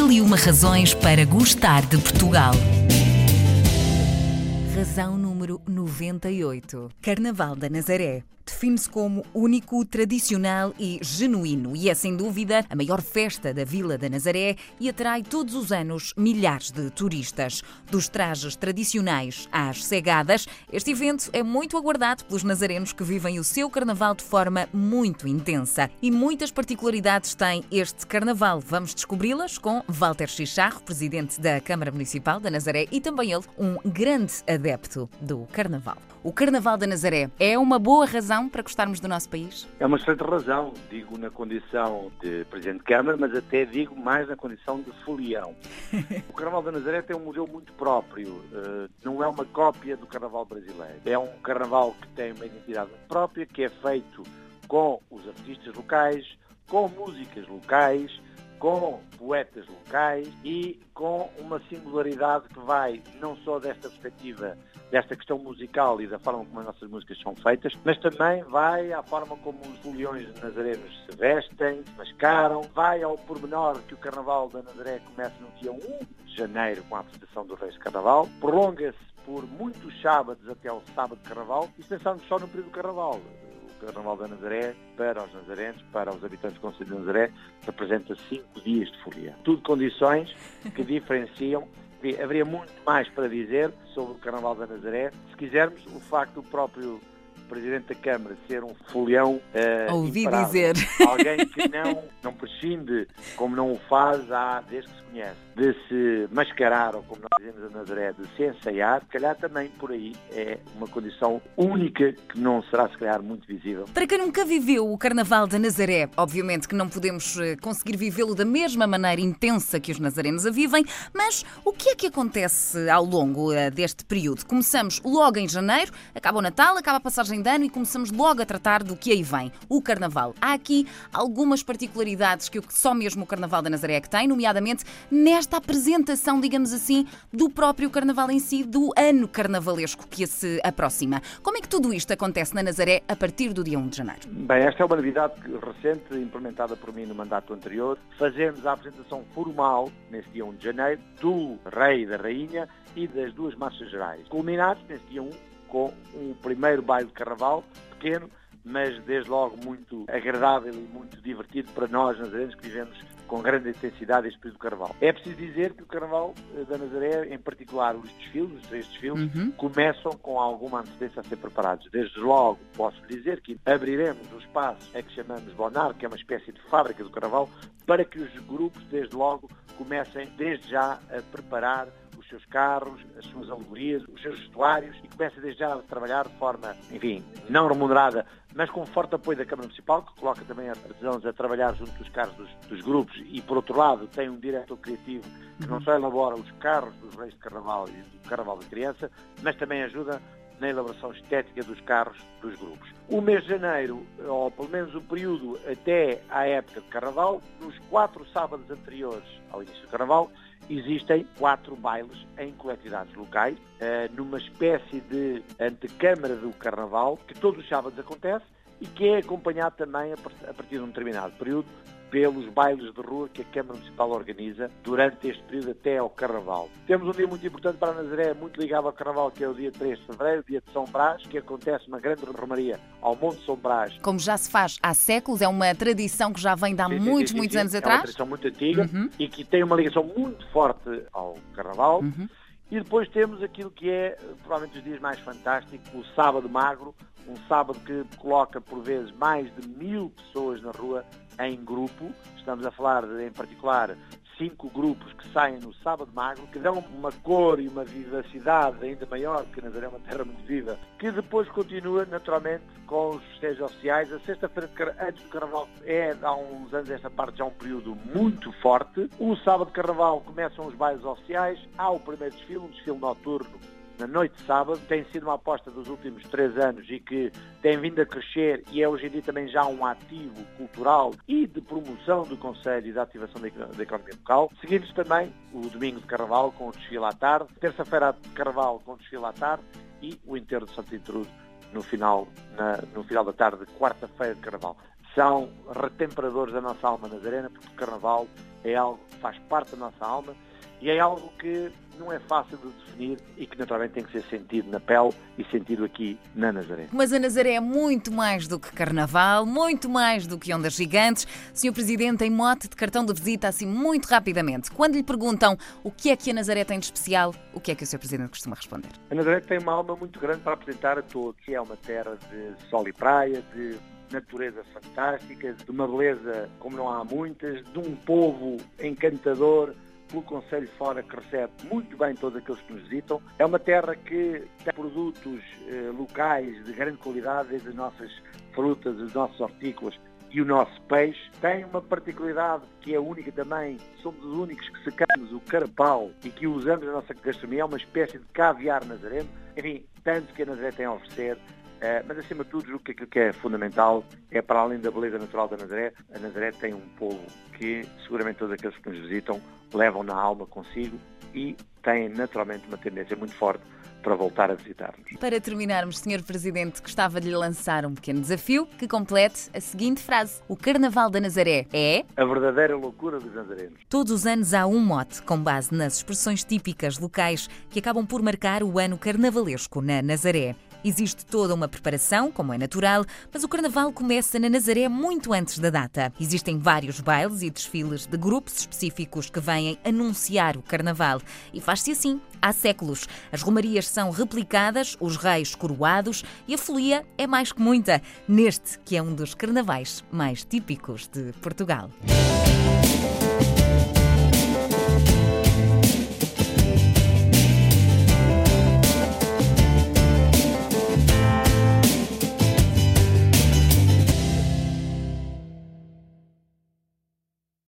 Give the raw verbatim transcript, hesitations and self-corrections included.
Mil e uma razões para gostar de Portugal. Razão número noventa e oito. Carnaval da Nazaré. Define-se como único, tradicional e genuíno e é, sem dúvida, a maior festa da Vila da Nazaré e atrai todos os anos milhares de turistas. Dos trajes tradicionais às cegadas, este evento é muito aguardado pelos nazarenos que vivem o seu carnaval de forma muito intensa. E muitas particularidades tem este carnaval. Vamos descobri-las com Walter Chicharro, presidente da Câmara Municipal da Nazaré e também ele um grande adepto do carnaval. O Carnaval da Nazaré é uma boa razão para gostarmos do nosso país? É uma excelente razão, digo na condição de Presidente de Câmara, mas até digo mais na condição de folião. O Carnaval da Nazaré tem um modelo muito próprio, não é uma cópia do Carnaval brasileiro. É um Carnaval que tem uma identidade muito própria, que é feito com os artistas locais, com músicas locais, com poetas locais e com uma singularidade que vai não só desta perspectiva, desta questão musical e da forma como as nossas músicas são feitas, mas também vai à forma como os foliões nazarenos se vestem, se mascaram, vai ao pormenor que o Carnaval da Nazaré começa no dia um de janeiro com a apresentação do Reis de Carnaval, prolonga-se por muitos sábados até ao sábado de Carnaval e pensamos só no período do Carnaval. O Carnaval da Nazaré, para os nazarenos, para os habitantes do concelho de Nazaré, representa cinco dias de folia. Tudo condições que diferenciam. Haveria muito mais para dizer sobre o Carnaval da Nazaré. Se quisermos, o facto do próprio Presidente da Câmara ser um folião uh, ouvi dizer. Alguém que não, não prescinde, como não o faz há, desde que se conhece, de se mascarar, ou como nós dizemos a Nazaré, de se ensaiar, se calhar também por aí é uma condição única que não será se calhar muito visível. Para quem nunca viveu o Carnaval da Nazaré, obviamente que não podemos conseguir vivê-lo da mesma maneira intensa que os nazarenos a vivem, mas o que é que acontece ao longo uh, deste período? Começamos logo em janeiro, acaba o Natal, acaba a passagem de ano e começamos logo a tratar do que aí vem, o Carnaval. Há aqui algumas particularidades que só mesmo o Carnaval da Nazaré é que tem, nomeadamente nesta apresentação, digamos assim, do próprio Carnaval em si, do ano carnavalesco que se aproxima. Como é que tudo isto acontece na Nazaré a partir do dia um de janeiro? Bem, esta é uma novidade recente, implementada por mim no mandato anterior. Fazemos a apresentação formal, nesse dia um de janeiro, do Rei e da Rainha e das duas marchas gerais, culminados nesse dia um com um primeiro baile de Carnaval, pequeno, mas desde logo muito agradável e muito divertido para nós nazarenos que vivemos com grande intensidade este período do Carnaval. É preciso dizer que o Carnaval da Nazaré, em particular os desfiles, os três desfiles, uhum. começam com alguma antecedência a ser preparados. Desde logo posso dizer que abriremos o espaço a que chamamos Bonar, que é uma espécie de fábrica do Carnaval, para que os grupos, desde logo, comecem desde já a preparar os seus carros, as suas alegorias, os seus vestuários e começa desde já a trabalhar de forma, enfim, não remunerada, mas com forte apoio da Câmara Municipal, que coloca também artesãos a trabalhar junto dos carros dos, dos grupos e, por outro lado, tem um diretor criativo que não só elabora os carros dos Reis de Carnaval e do Carnaval da Criança, mas também ajuda na elaboração estética dos carros dos grupos. O mês de janeiro, ou pelo menos o período até à época de Carnaval, nos quatro sábados anteriores ao início do Carnaval, existem quatro bailes em coletividades locais, numa espécie de antecâmara do Carnaval, que todos os sábados acontece e que é acompanhado também, a partir de um determinado período, pelos bailes de rua que a Câmara Municipal organiza durante este período até ao Carnaval. Temos um dia muito importante para a Nazaré, muito ligado ao Carnaval, que é o dia três de fevereiro, o dia de São Brás, que acontece uma grande romaria ao Monte São Brás. Como já se faz há séculos, é uma tradição que já vem de há sim, muitos, sim, sim, muitos sim. anos é atrás. É uma tradição muito antiga uhum. e que tem uma ligação muito forte ao Carnaval. Uhum. E depois temos aquilo que é, provavelmente, os dias mais fantásticos, o Sábado Magro, um sábado que coloca, por vezes, mais de mil pessoas na rua em grupo. Estamos a falar, de, em particular, cinco grupos que saem no Sábado Magro, que dão uma cor e uma vivacidade ainda maior, porque Nazaré é uma terra muito viva, que depois continua, naturalmente, com os festejos oficiais. A sexta-feira antes do Carnaval é, há uns anos, esta parte já é um período muito forte. O Sábado de Carnaval começam os bailes oficiais, há o primeiro desfile, um desfile noturno, na noite de sábado. Tem sido uma aposta dos últimos três anos e que tem vindo a crescer e é hoje em dia também já um ativo cultural e de promoção do Conselho e da ativação da economia local. Seguimos também o domingo de Carnaval com o desfile à tarde, terça-feira de Carnaval com o desfile à tarde e o enterro de Santo Intrudo no final, na, no final da tarde de quarta-feira de Carnaval. São retemperadores da nossa alma nazarena, porque o Carnaval é algo que faz parte da nossa alma e é algo que não é fácil de definir e que naturalmente tem que ser sentido na pele e sentido aqui na Nazaré. Mas a Nazaré é muito mais do que carnaval, muito mais do que ondas gigantes. senhor Presidente, em mote de cartão de visita, assim muito rapidamente, quando lhe perguntam o que é que a Nazaré tem de especial, o que é que o senhor Presidente costuma responder? A Nazaré tem uma alma muito grande para apresentar a todos. É uma terra de sol e praia, de natureza fantástica, de uma beleza como não há muitas, de um povo encantador, pelo Conselho Fora, que recebe muito bem todos aqueles que nos visitam. É uma terra que tem produtos eh, locais de grande qualidade, desde as nossas frutas, os nossos hortícolas e o nosso peixe. Tem uma particularidade que é única também, somos os únicos que secamos o carapau e que usamos na nossa gastronomia, é uma espécie de caviar nazareno. Enfim, tanto que a Nazaré tem a oferecer. Uh, mas, acima de tudo, o que, que é fundamental é, para além da beleza natural da Nazaré, a Nazaré tem um povo que, seguramente todos aqueles que nos visitam, levam na alma consigo e têm, naturalmente, uma tendência muito forte para voltar a visitar-nos. Para terminarmos, senhor Presidente, gostava de lhe lançar um pequeno desafio que complete a seguinte frase. O Carnaval da Nazaré é... a verdadeira loucura dos nazarenos. Todos os anos há um mote, com base nas expressões típicas locais que acabam por marcar o ano carnavalesco na Nazaré. Existe toda uma preparação, como é natural, mas o Carnaval começa na Nazaré muito antes da data. Existem vários bailes e desfiles de grupos específicos que vêm anunciar o Carnaval. E faz-se assim há séculos. As romarias são replicadas, os reis coroados e a folia é mais que muita, neste que é um dos carnavais mais típicos de Portugal.